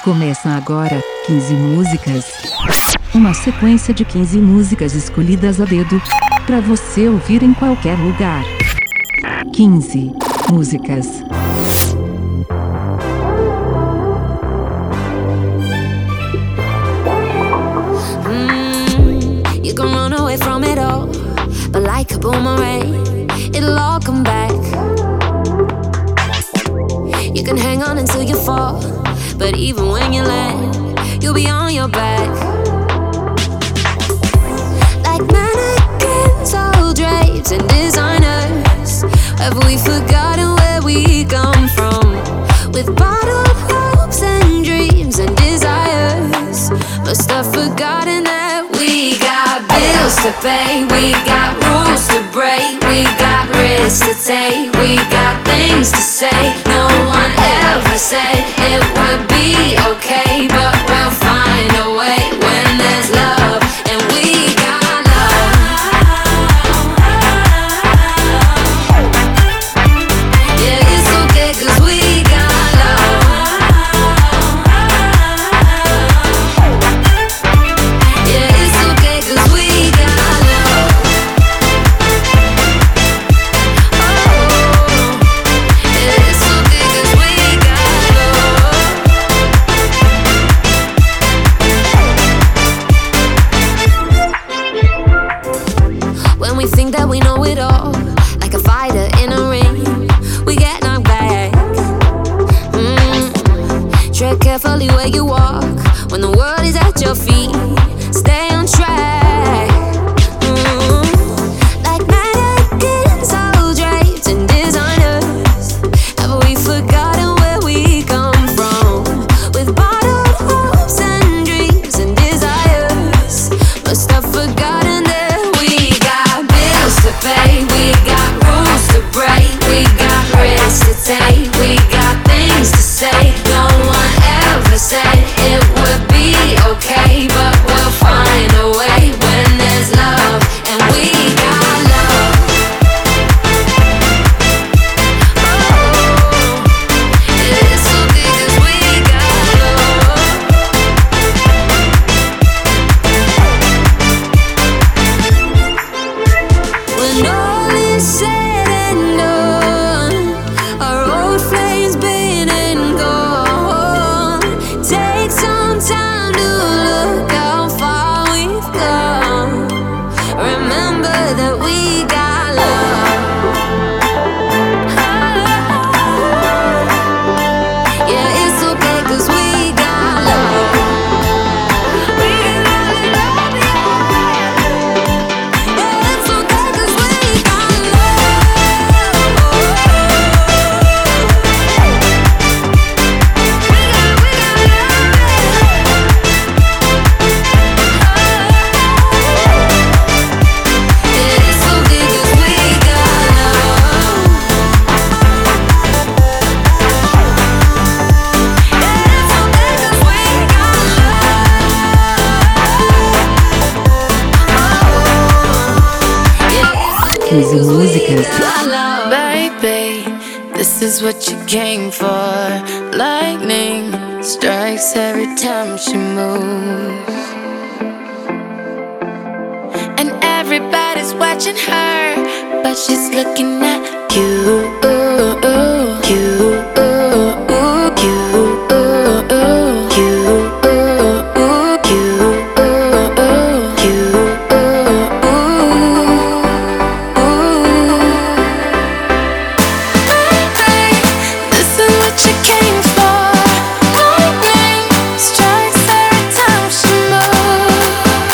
Começa agora 15 músicas. Uma sequência de 15 músicas escolhidas a dedo para você ouvir em qualquer lugar. 15 músicas. You can run away from it all, but like a boomerang, it'll all come back. You can hang on until you fall, but even when you land, you'll be on your back. Like mannequins, all drapes and designers, have we forgotten where we come from? With bottled hopes and dreams and desires, must have forgotten that we got bills to pay, we got rules to break, we got risks to take, we got things to say. No one ever said it would be okay, but we'll find a way when there's love, and we got love. Yeah, it's okay 'cause we got love. Yeah, it's okay 'cause we got love. Oh, yeah, it's okay 'cause we got love. When we think that we know it all, like a fighter in a ring, we get knocked back. Tread carefully where you walk, when the world is at your feet, stay on track. Like mannequins, all drapes and designers, have we forgotten where we come from? With bottled hopes and dreams and desires, must have forgotten that we got bills to pay, we got rules to break, we got risks to take, we got things to say. No one ever said it would be okay, but we'll find a way when there's love, and we got love. Oh, it's okay 'cause we got love. When all is said and done, our old flames been and gone. Take some time to look how far we've come. Remember that we got love. Yeah, it's okay 'cause we got love. We got love, yeah, it's okay 'cause we got love. Yeah, it's okay 'cause we got love. Yeah, it's okay 'cause we got love. 15 músicas. Baby, this is what you came for. Lightning strikes every time she moves, and everybody's watching her, but she's looking at you. This is what you came for. Lightning strikes every time she moves,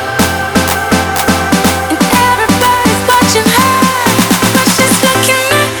and everybody's watching her, but she's looking at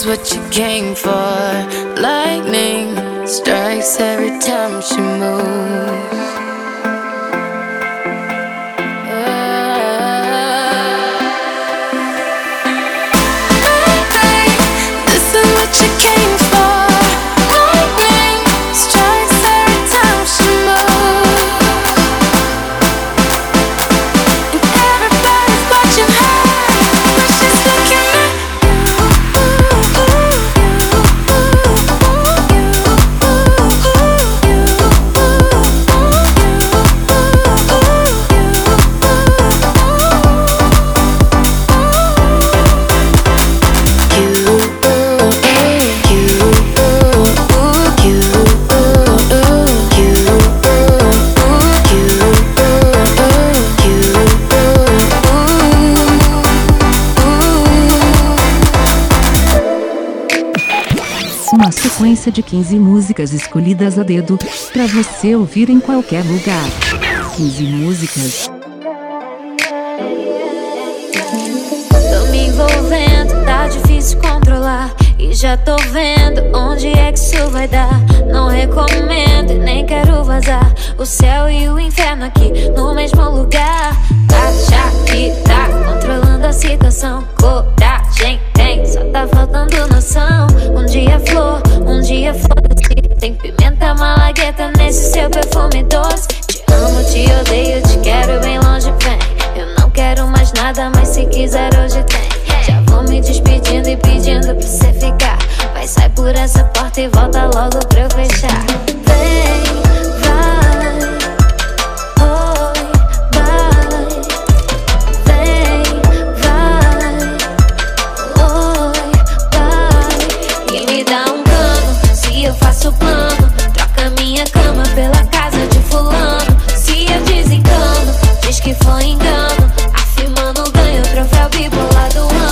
is what you came for. Lightning strikes every time she moves. She came for. Lightning strikes every time she moves. And everybody's watching her, but she's looking at Uma sequência de 15 músicas escolhidas a dedo, pra você ouvir em qualquer lugar. 15 músicas. Tô me envolvendo, tá difícil controlar. E já tô vendo onde é que isso vai dar. Não recomendo e nem quero vazar. O céu e o inferno aqui no mesmo lugar. Acha que tá controlando a situação. Coragem tem, só tá faltando noção. Um dia flor, um dia foda-se. Tem pimenta, malagueta nesse seu perfume doce. Te amo, te odeio, te quero bem longe, vem. Eu não quero mais nada, mas se quiser hoje tem. Já vou me despedindo e pedindo pra você ficar. Vai, sai por essa porta e volta logo pra eu fechar. Vem, vai, oi, vai. Vem, vai, oi, vai. E me dá um cano, se eu faço plano. Troca minha cama pela casa de fulano. Se eu desencano, diz que foi engano. Afirmando ganho, troféu bipolar do ano.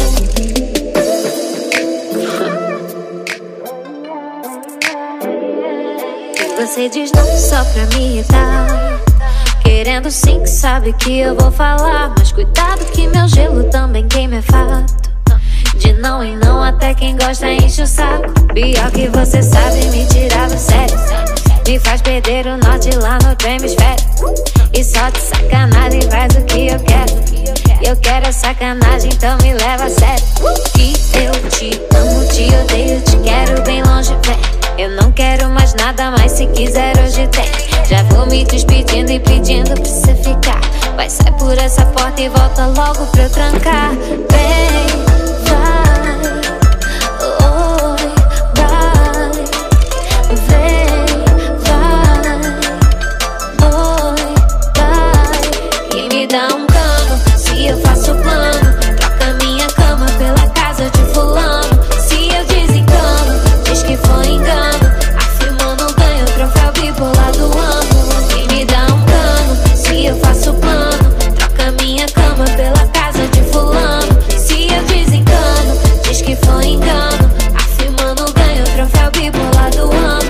Você diz não só pra me irritar, querendo sim que sabe que eu vou falar. Mas cuidado que meu gelo também queima, é fato. De não em não até quem gosta enche o saco. Pior que você sabe me tirar do sério. Me faz perder o norte lá no outro hemisfério. E só de sacanagem faz o que eu quero. Eu quero a sacanagem, então me leva a sério. Que eu te amo, te odeio, te quero bem longe, vem. Eu não quero mais nada, mas se quiser hoje tem. Já vou me despedindo e pedindo pra você ficar. Vai, sai por essa porta e volta logo pra eu trancar. Vem, vai, oi, vai. Vem, vai, oi, vai. E me dá um cano, se eu faço plano. Troca minha cama pela casa de fulano. Se eu desencano, diz que foi engano. Afirmando ganho, troféu bipolar do ano. E me dá um cano, se eu faço plano. Troca minha cama pela casa de fulano. Se eu desencano, diz que foi engano. Afirmando ganho, troféu bipolar do ano.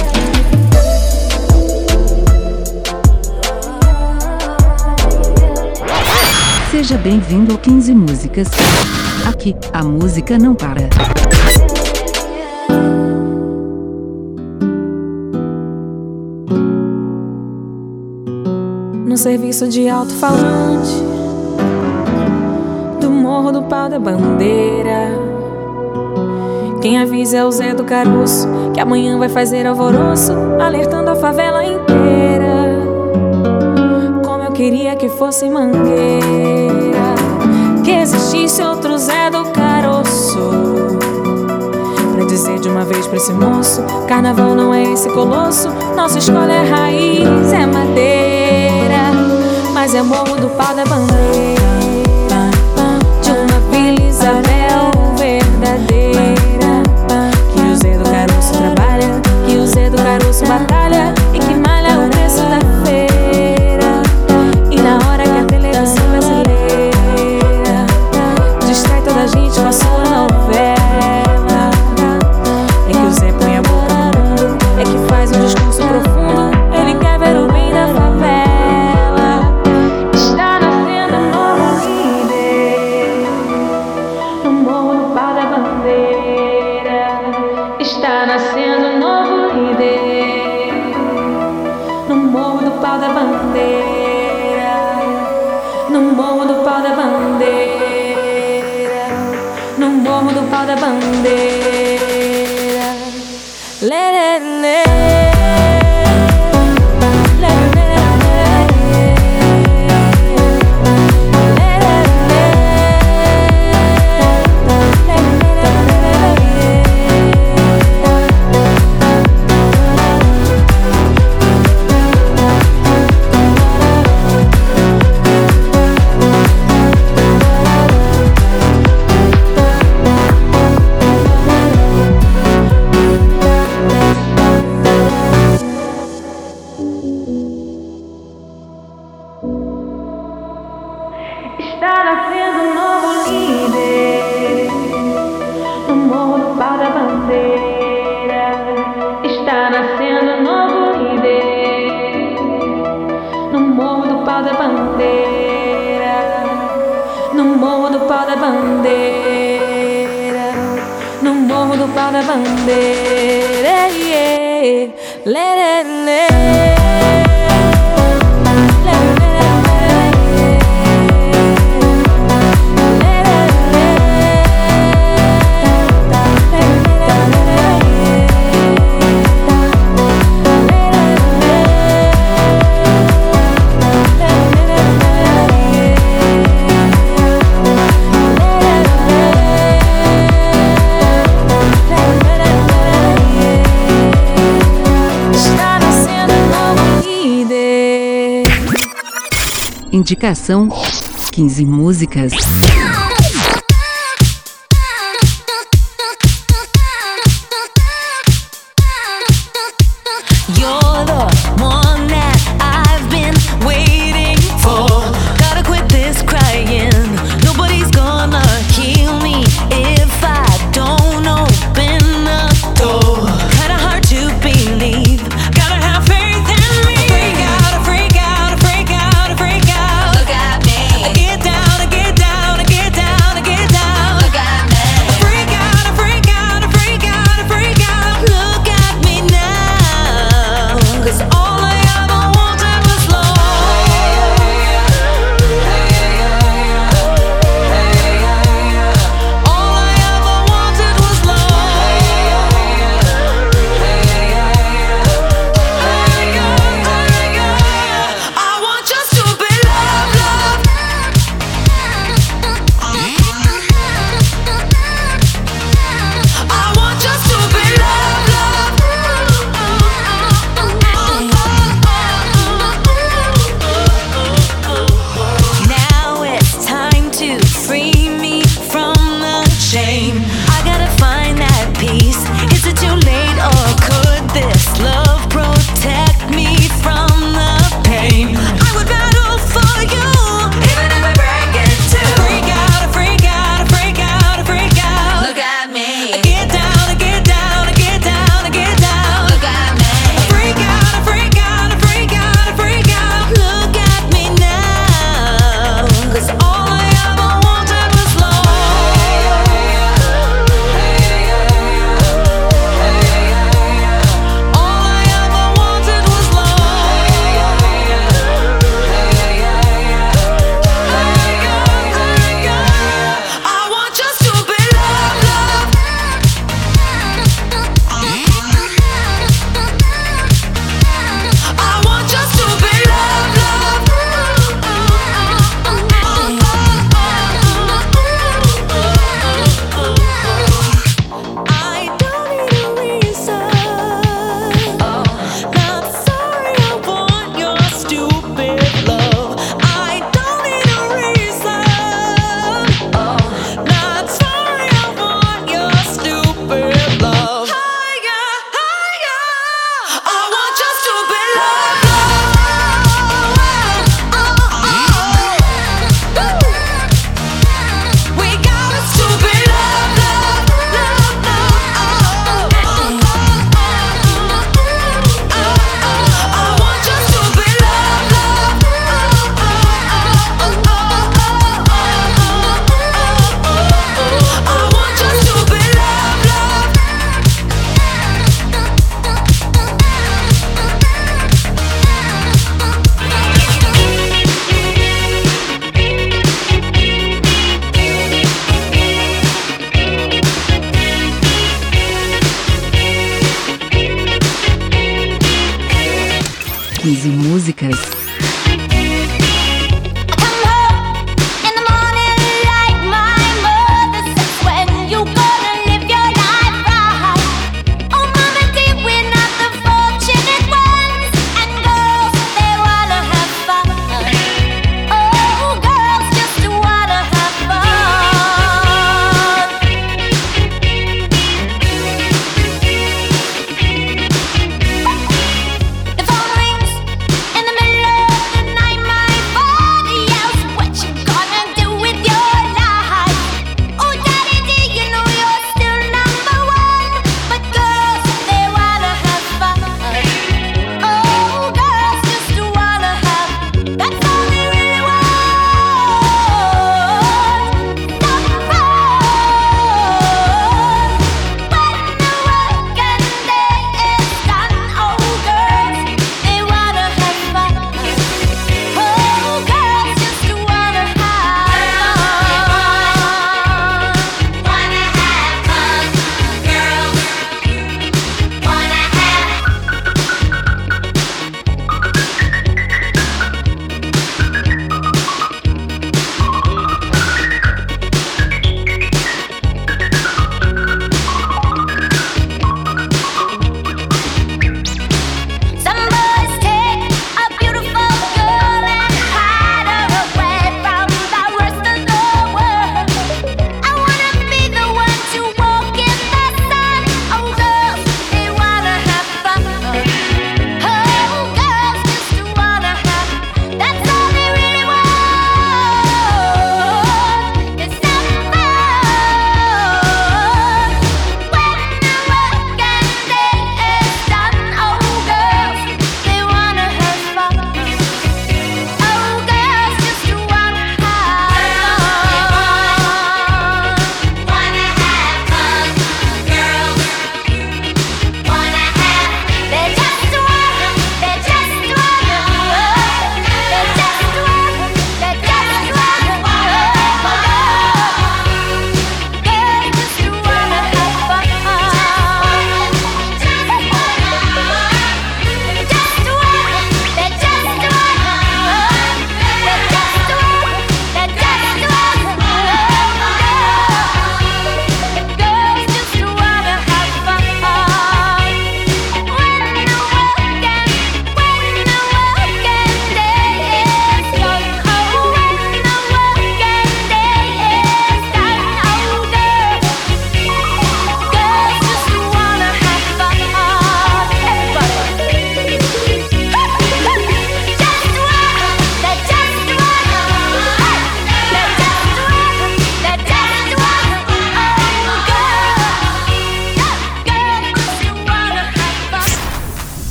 Seja bem-vindo ao 15 músicas. Aqui, a música não para. No serviço de alto-falante do Morro do Pau da Bandeira, quem avisa é o Zé do Caroço, que amanhã vai fazer alvoroço, alertando a favela inteira. Como eu queria que fosse Mangueira, que existisse outro Zé do Caroço, pra dizer de uma vez pra esse moço: carnaval não é esse colosso, nossa escola é raiz, é madeira, mas é Morro do Pau da Bandeira, de uma Vila Isabel verdadeira. Que o Zé do Caroço trabalha, que o Zé do Caroço batalha e que malha o preço da feira. E na hora que a televisão brasileira distrai toda a gente com a sua novela, é que o Zé põe a boca no mundo, é que faz um discurso profundo. Ele quer ver o bem da favela. Está nascendo um novo no morro do pau da bandeira, no morro do pau da bandeira. Lê, lê, lê. Está nascendo um novo líder no morro do pau da bandeira. Está nascendo um novo líder no morro do pau da bandeira, no morro do pau da bandeira, no morro do pau da bandeira. Yeah. Lê, lê, lê. Indicação: 15 músicas. You're the one that I've been waiting for. Gotta quit this crying. Nobody's gonna heal me if I don't open the door. Kinda hard to believe. Gotta have faith in me. Freak out, freak out, freak out, freak out. Look at me. I get down, I get down, I get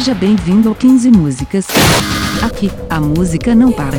Seja bem-vindo ao 15 Músicas. Aqui, a música não para.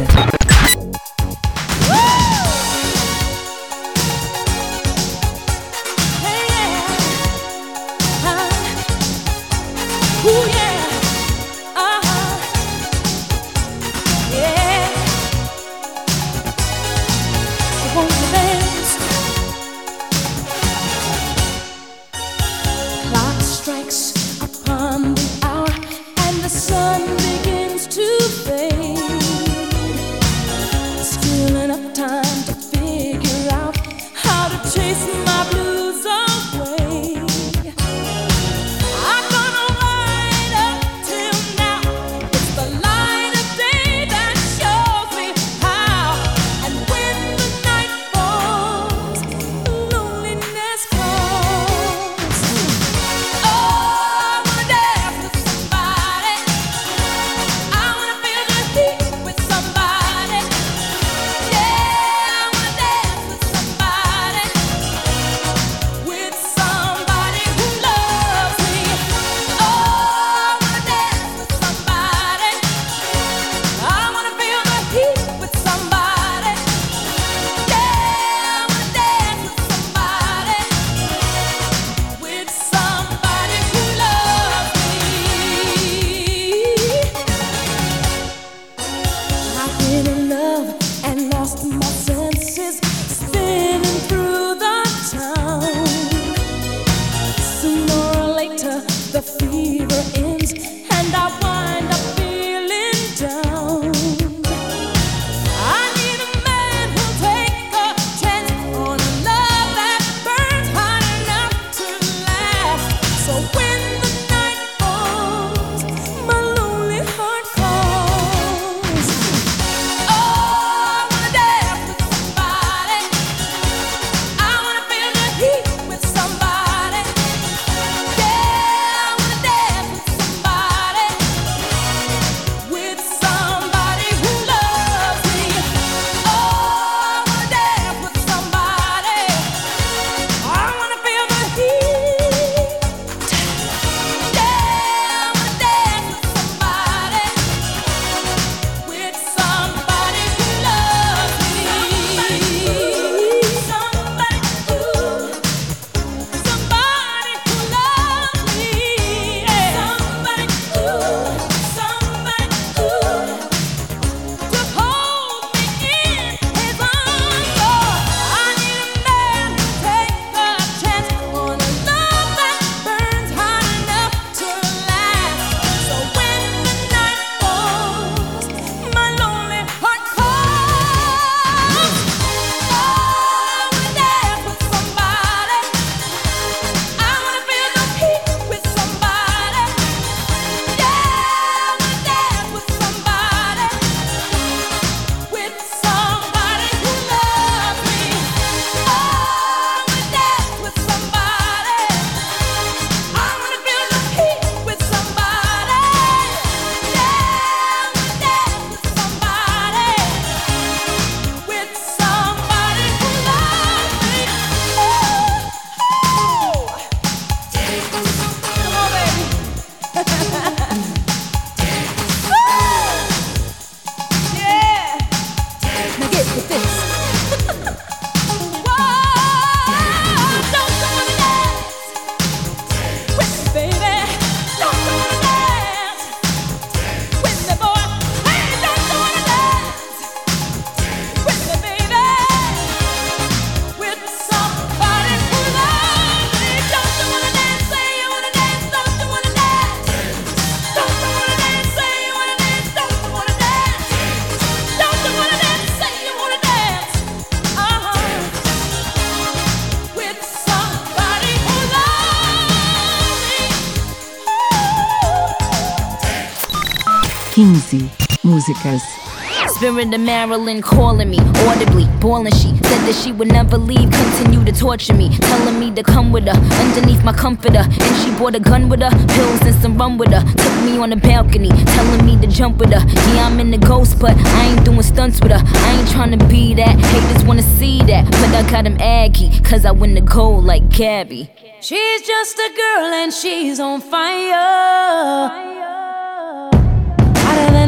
Músicas. Spirit of Marilyn calling me audibly, bawling. She said that she would never leave, continue to torture me, telling me to come with her underneath my comforter. And she brought a gun with her, pills and some rum with her. Took me on the balcony, telling me to jump with her. Yeah, I'm in the ghost, but I ain't doing stunts with her. I ain't trying to be that, haters wanna see that, but I got him aggy, cause I win the gold like Gabby. She's just a girl and she's on fire.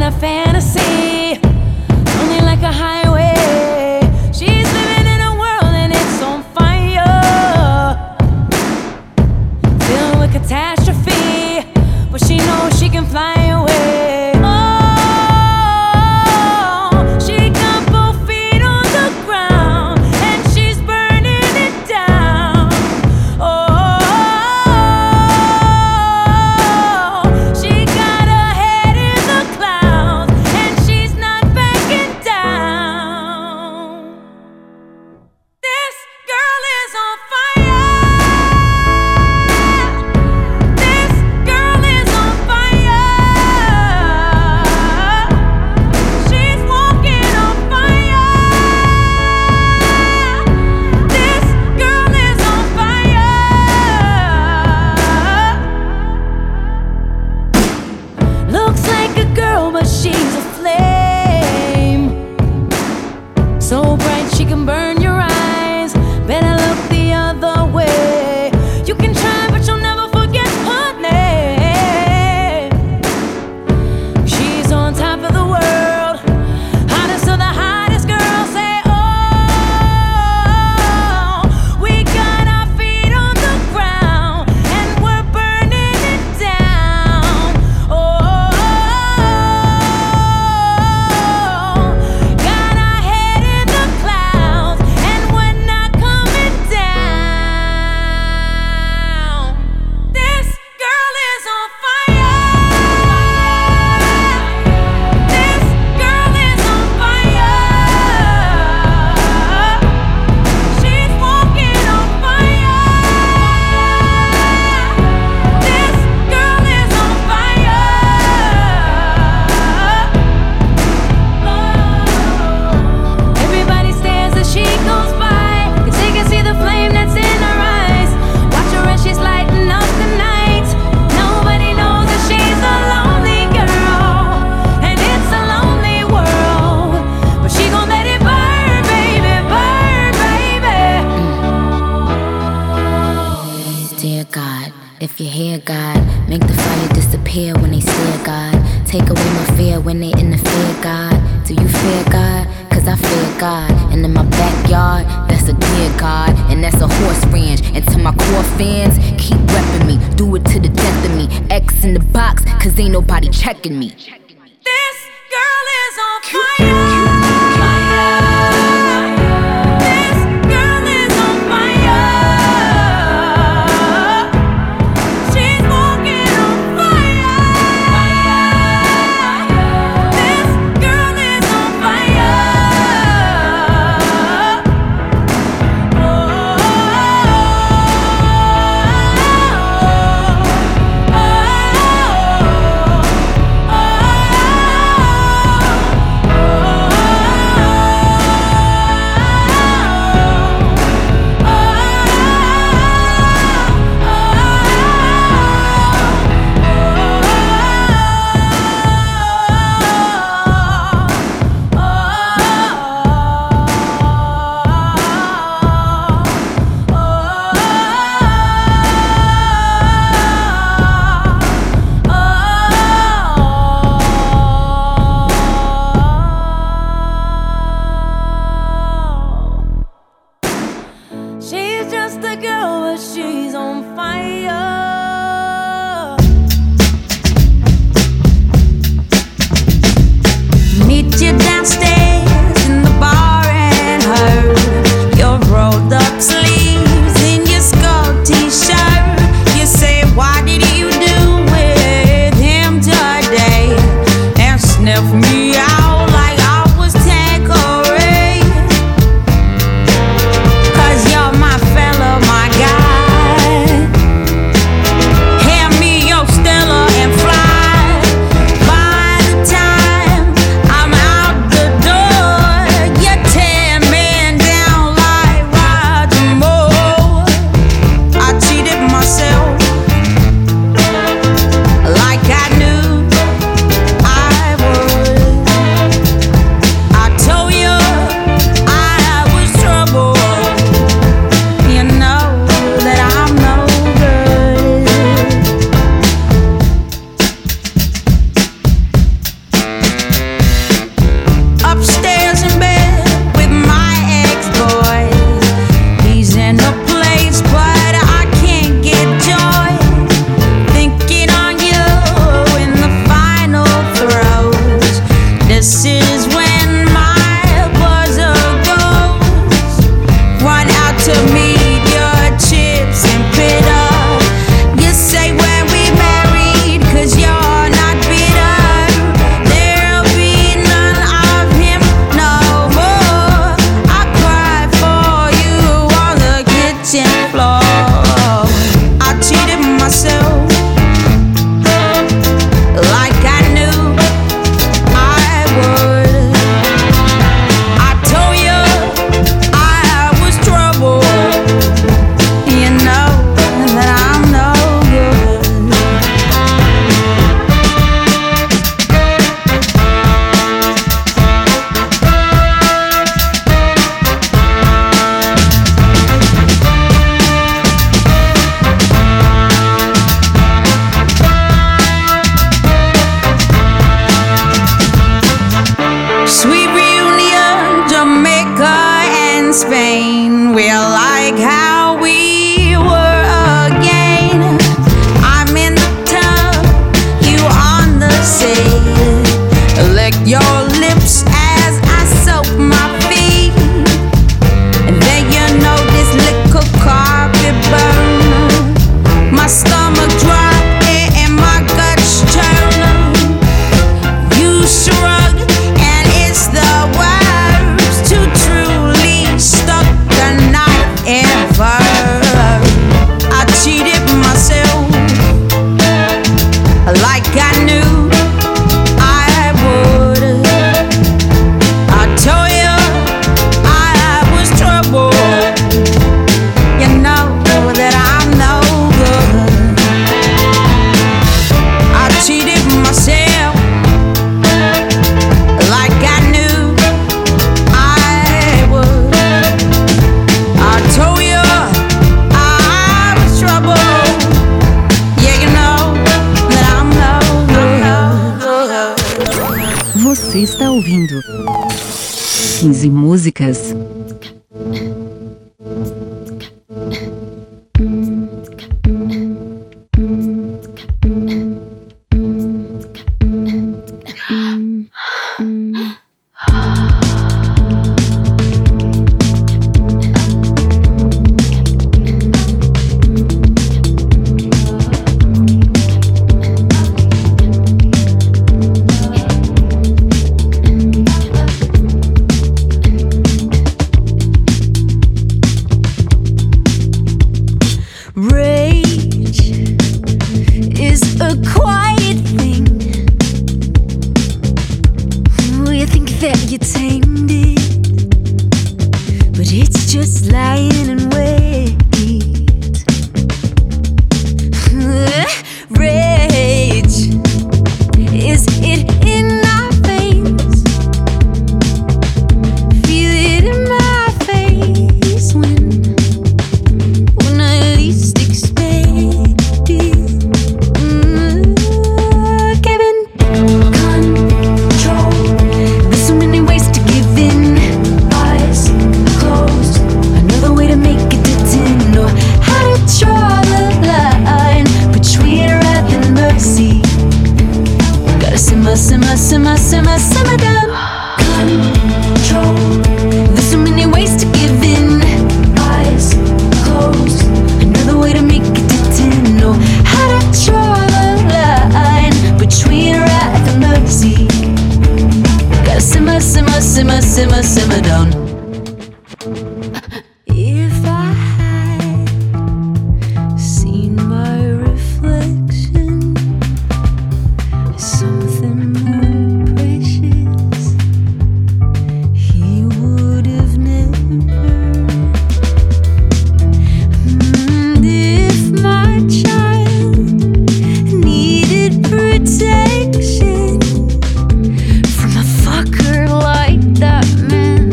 a fantasy, only like a highway. She's living in a world and it's on fire, filled with catastrophe, but she knows she can fly away. Oh, she got both feet on the ground and she's burning it down. Oh, she got her head in the clouds and she's not backing down. This girl is on fire. This girl is on fire. She's walking on fire. This girl is on fire. Looks like a girl, but she's a flame. So bright she can burn your eyes. Better look the other way. You can try, but you'll never forget her name. She's on top of the world, hottest of the hottest girls. Say, oh, we got our feet on the ground and we're burning it down. Oh, got our head in the clouds and we're not coming down. This girl is on fire. This girl is on fire. She's walking on fire. This girl is on fire. Everybody stares as she goes by, 'cause they can see the flame that's in her eyes. Watch her as she's lighting up the night. Nobody knows that she's a lonely girl, and it's a lonely world. But she gon' let it burn, baby, burn, baby. Dear God, if you hear God, make the fire disappear when they stare, God. Take away my fear when they interfere, God. Do you fear God? 'Cause I fear God. And in my backyard, that's a dear God. And that's a horse ranch. And to my core fans, keep repping me. Do it to the death of me. X in the box, 'cause ain't nobody checking me. This girl is on fire. This girl is on fire. She's walking on fire. This girl is on fire. Oh, oh, oh, oh. Você está ouvindo 15 músicas. Simmer down. If I had seen my reflection as something more precious, he would have never. And if my child needed protection from a fucker like that man,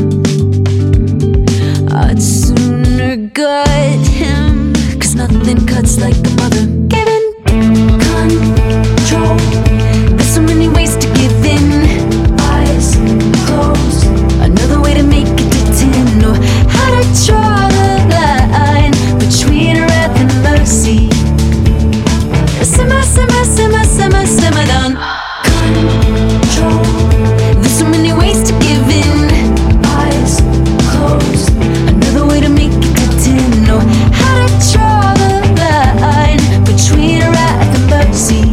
I'd sooner gut him, 'cause nothing cuts like a mother. Giving control, there's so many ways to give in. Eyes closed, another way to make it to 10. Or how to draw the line between wrath and mercy. Simmer, simmer, simmer, simmer, simmer down. Control, there's so many ways to give in. Eyes closed, another way to make it to 10. Know how to draw the line between wrath and mercy.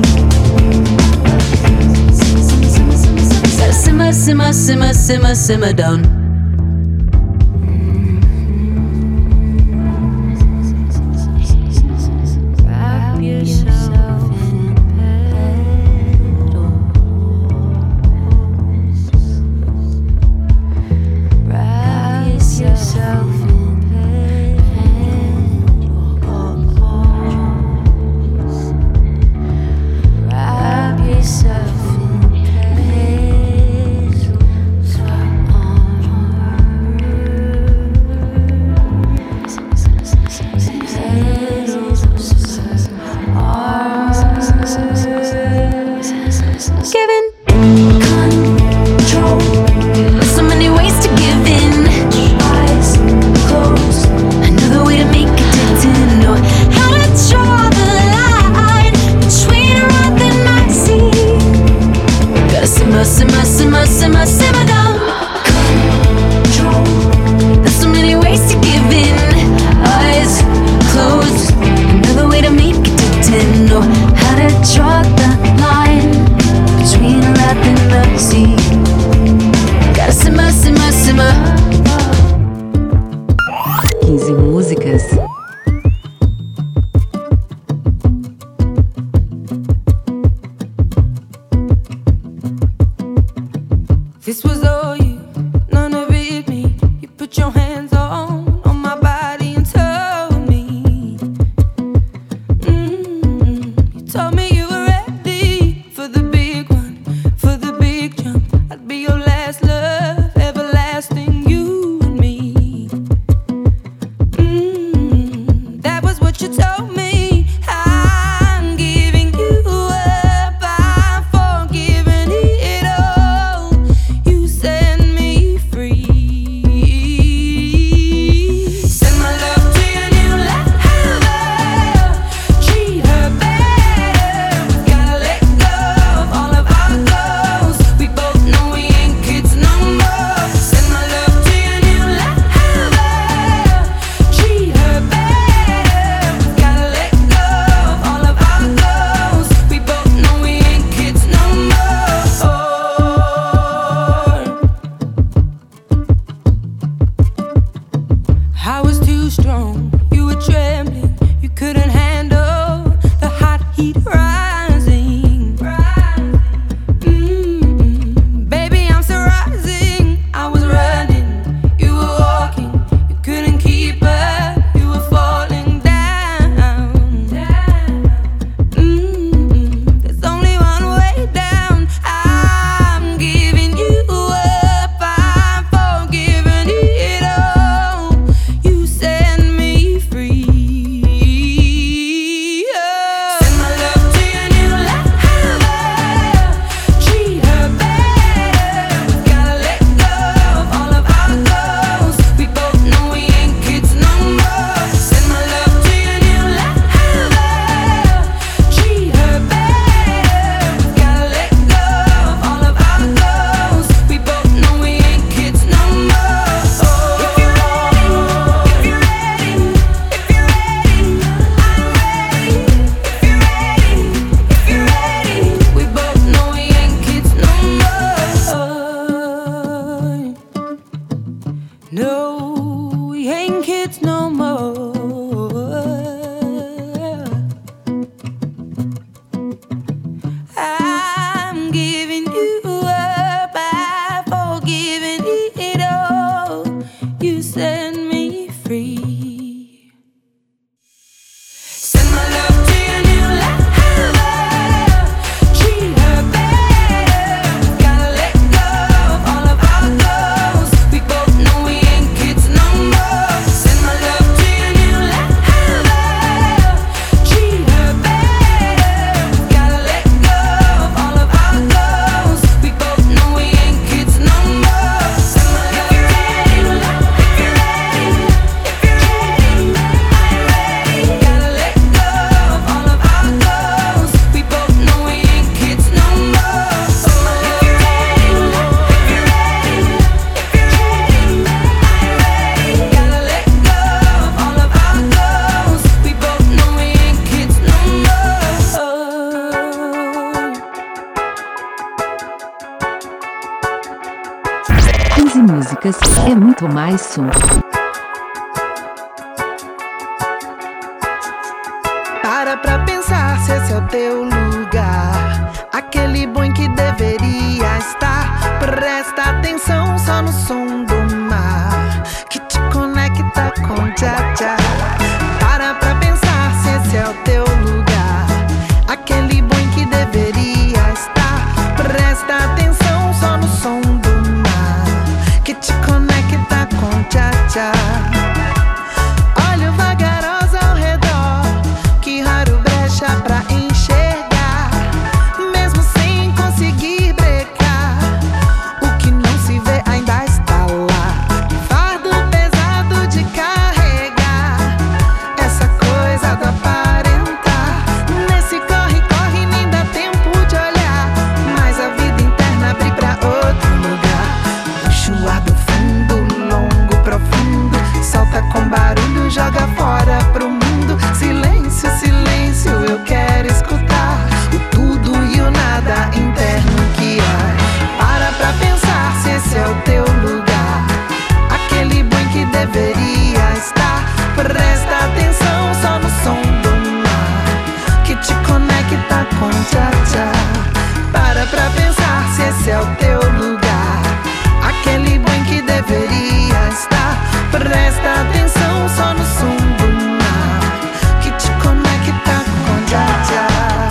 Gotta simmer, simmer, simmer, simmer, simmer down. Wrap yourself in petals. Wrap yourself in petals. Wrap yourself in petals. Giving control, there's so many ways to give in. Eyes closed, another way to make it to 10. Know how to draw the line between wrath and mercy. Gotta simmer, simmer, simmer, simmer, simmer down. Control, there's so many ways to give in. Eyes closed, another way to make it to 10. Know how to draw the line between wrath and mercy. Gotta simmer, simmer, simmer. 15 músicas. This was all you, none of it me. You put your hands on my body and told me. You told me you were ready for the big one, for the big jump. I'd be your last love, everlasting, you and me. That was what you told me. I'm giving you up, I'm forgiving it all. 15 músicas é muito mais som. Para pra pensar se esse é o teu lugar, aquele bom que deveria estar. Presta atenção só no som do mar, que te conecta com tchá-tchá. Para pra pensar se esse é o teu lugar, aquele bom que deveria estar. Presta atenção só no som do mar, que te conecta com tchá-tchá. Olho vagaroso ao redor, que raro brecha pra enxergar, mesmo sem conseguir brecar. O que não se vê ainda está lá, fardo pesado de carregar, essa coisa do aparentar. Nesse corre-corre nem dá tempo de olhar, mas a vida interna abre pra outro lugar. Puxo ar do fundo, longo, profundo, solta com barulho, joga fora pro mundo. Silêncio, silêncio, eu quero escutar o tudo e o nada interno que há. Para pra pensar se esse é o teu lugar, aquele bom que deveria estar. Presta atenção só no som do mar, que te conecta com tchá-tchá. Para pra pensar se esse é o teu lugar, aquele bom que deveria estar. Presta atenção só no som do mar, que te conecta com tchá-tchá.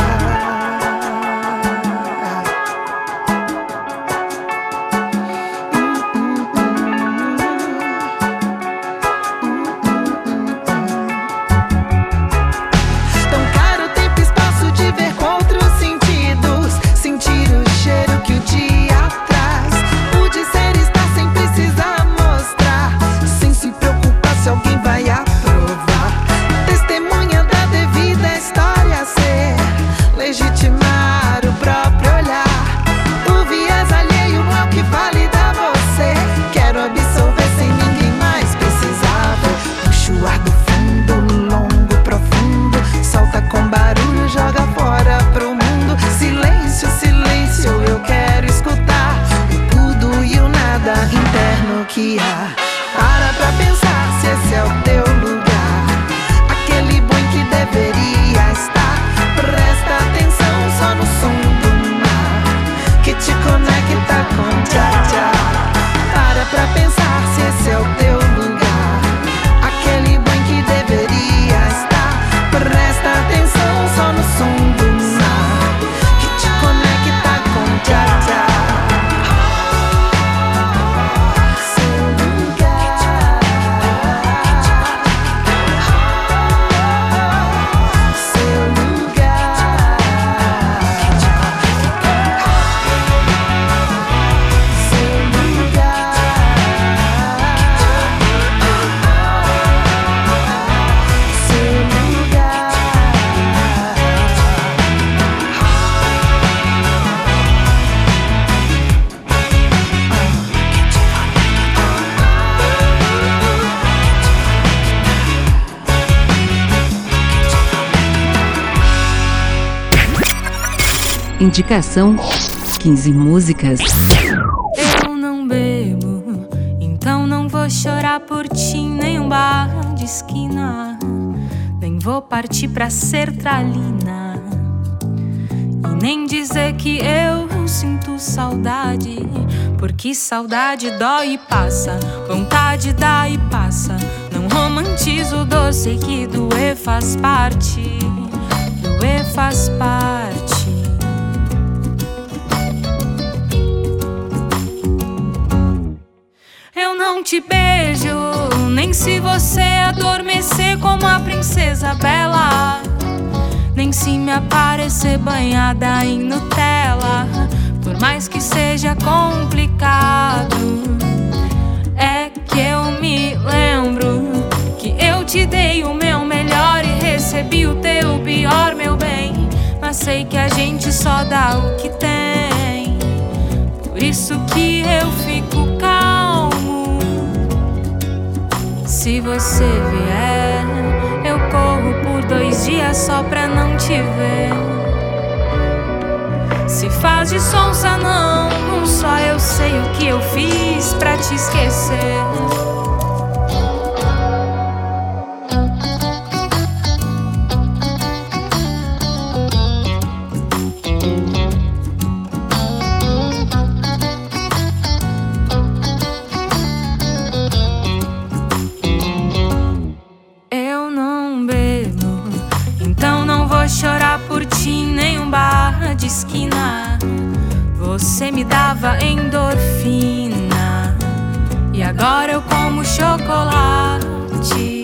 Tão caro tempo e espaço de ver com outros sentidos, sentir o cheiro que o dia traz. Pude ser estar sem precisar mostrar, sem se preocupar se alguém vai aprovar. Testemunha da devida história ser, legitimar o próprio olhar. O viés alheio é o que valida você. Quero absorver sem ninguém mais precisar ver. Puxa o ar do fundo, longo, profundo, solta com barulho, joga fora pro mundo. Silêncio, silêncio, eu quero escutar o tudo e o nada interno que há. Para pra pensar se esse é o teu lugar, aquele bom que deveria estar. Presta atenção só no som do mar, que te conecta com tchá-tchá. Para pra pensar se esse é o teu lugar, aquele bom que deveria estar. Presta atenção só no som do mar, que te conecta com tchá-tchá. Seu lugar, seu lugar, seu lugar, seu lugar. Indicação: 15 músicas. Eu não bebo, então não vou chorar por ti em nenhum bar de esquina, nem vou partir pra sertralina, e nem dizer que eu sinto saudade, porque saudade dói e passa, vontade dá e passa. Não romantizo dor, sei que doer faz parte, doer faz parte. Eu não te beijo, nem se você adormecer como a princesa Bela, nem se me aparecer banhada em Nutella. Por mais que seja complicado, é que eu me lembro que eu te dei o meu melhor e recebi o teu pior, meu bem. Mas sei que a gente só dá o que tem, por isso que eu fico calmo. Se você vier, eu corro por 2 dias só pra não te ver. Se faz de sonsa não, só eu sei o que eu fiz pra te esquecer. Eu não bebo, então não vou chorar por ti em nenhum bar de esquina. Você me dava endorfina e agora eu como chocolate.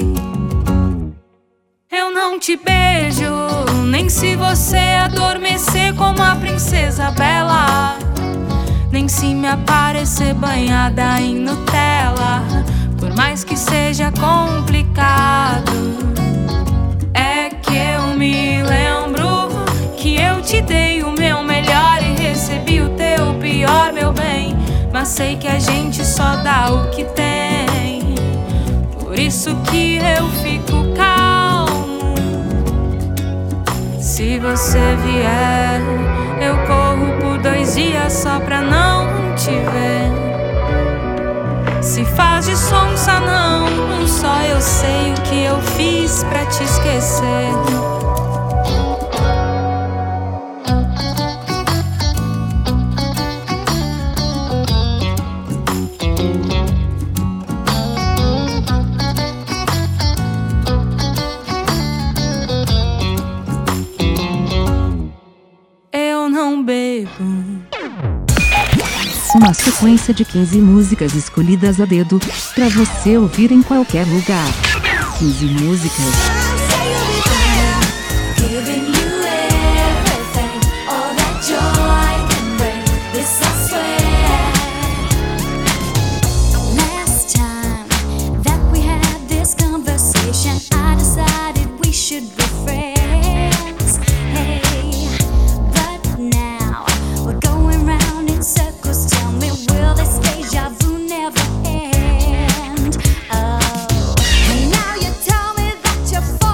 Eu não te beijo, nem se você adormecer como a princesa Bela, nem se me aparecer banhada em Nutella. Por mais que seja complicado, é que eu me lembro que eu te dei o meu melhor e recebi o teu pior, meu bem. Mas sei que a gente só dá o que tem, por isso que eu fico calmo. Se você vier, eu corro por 2 dias só pra não te ver. Se faz de sonsa não, só eu sei o que eu fiz pra te esquecer. Eu não bebo. Uma sequência de 15 músicas escolhidas a dedo, pra você ouvir em qualquer lugar. 15 músicas. Now you tell me that you're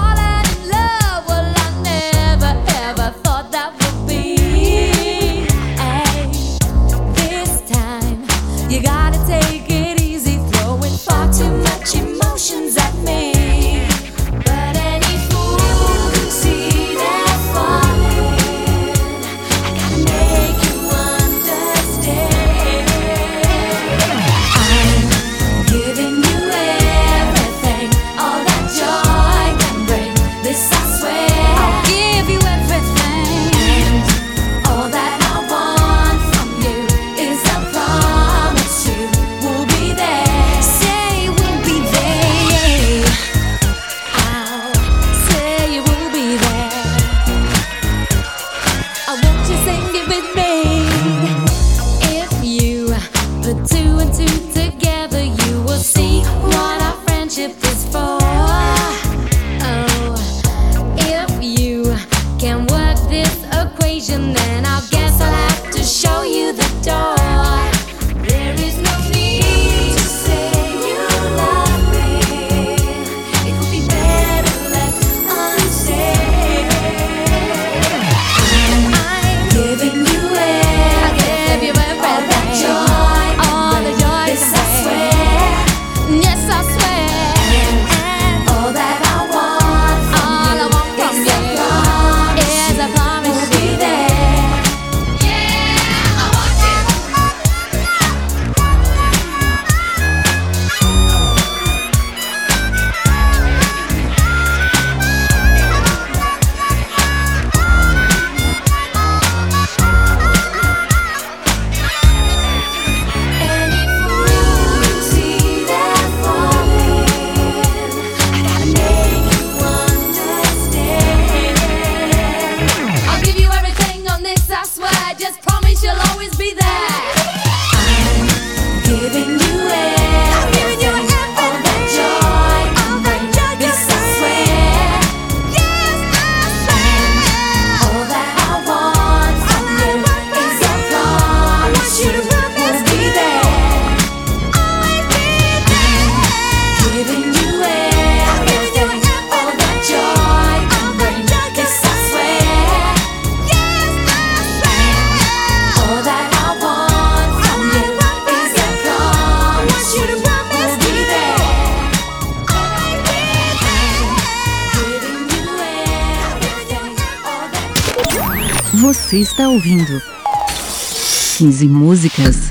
Você está ouvindo 15 músicas.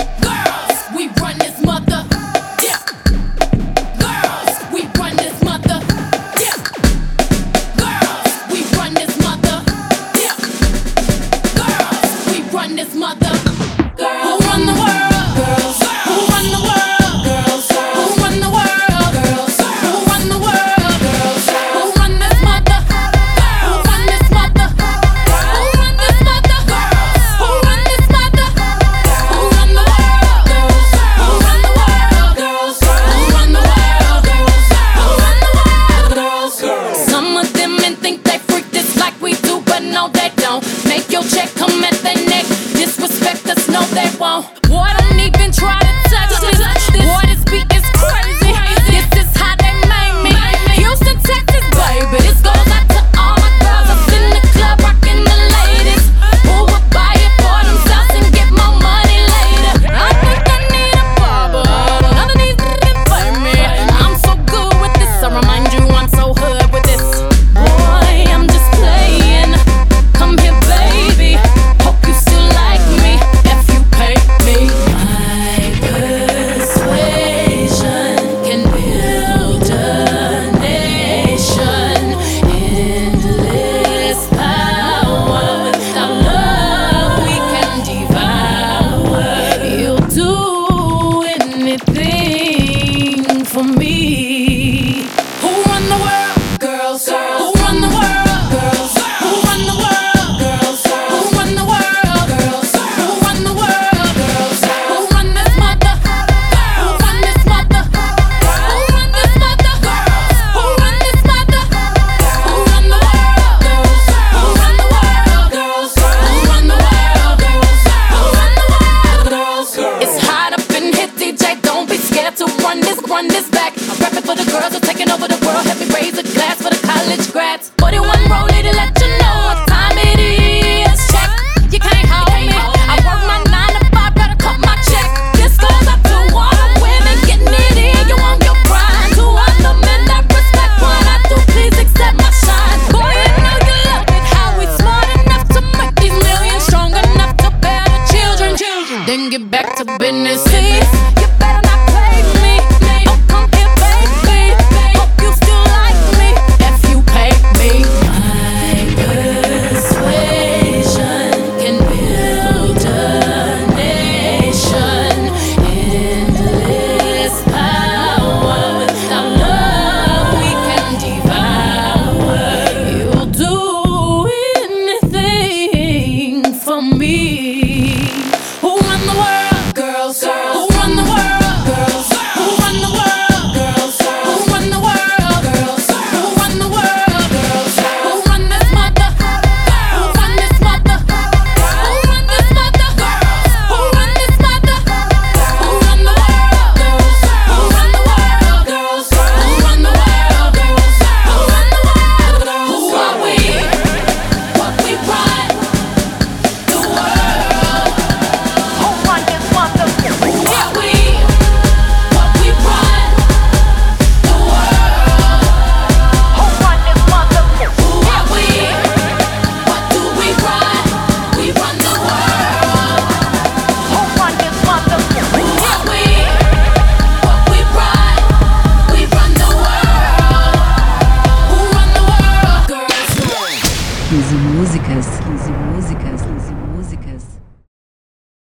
Run this back. I'm rapping for the girls who are taking over the world. Help me raise a glass for the college grads. 41 rollie to let you know what time it is. Check, you can't hold me. I work my 9 to 5, gotta cut my check. This goes up to all the women getting it in. You want your grind. To all the men that respect what I do, please accept my shine. Boy, I know you love it. How we smart enough to make these millions, strong enough to bear the children. Then get back to business. See,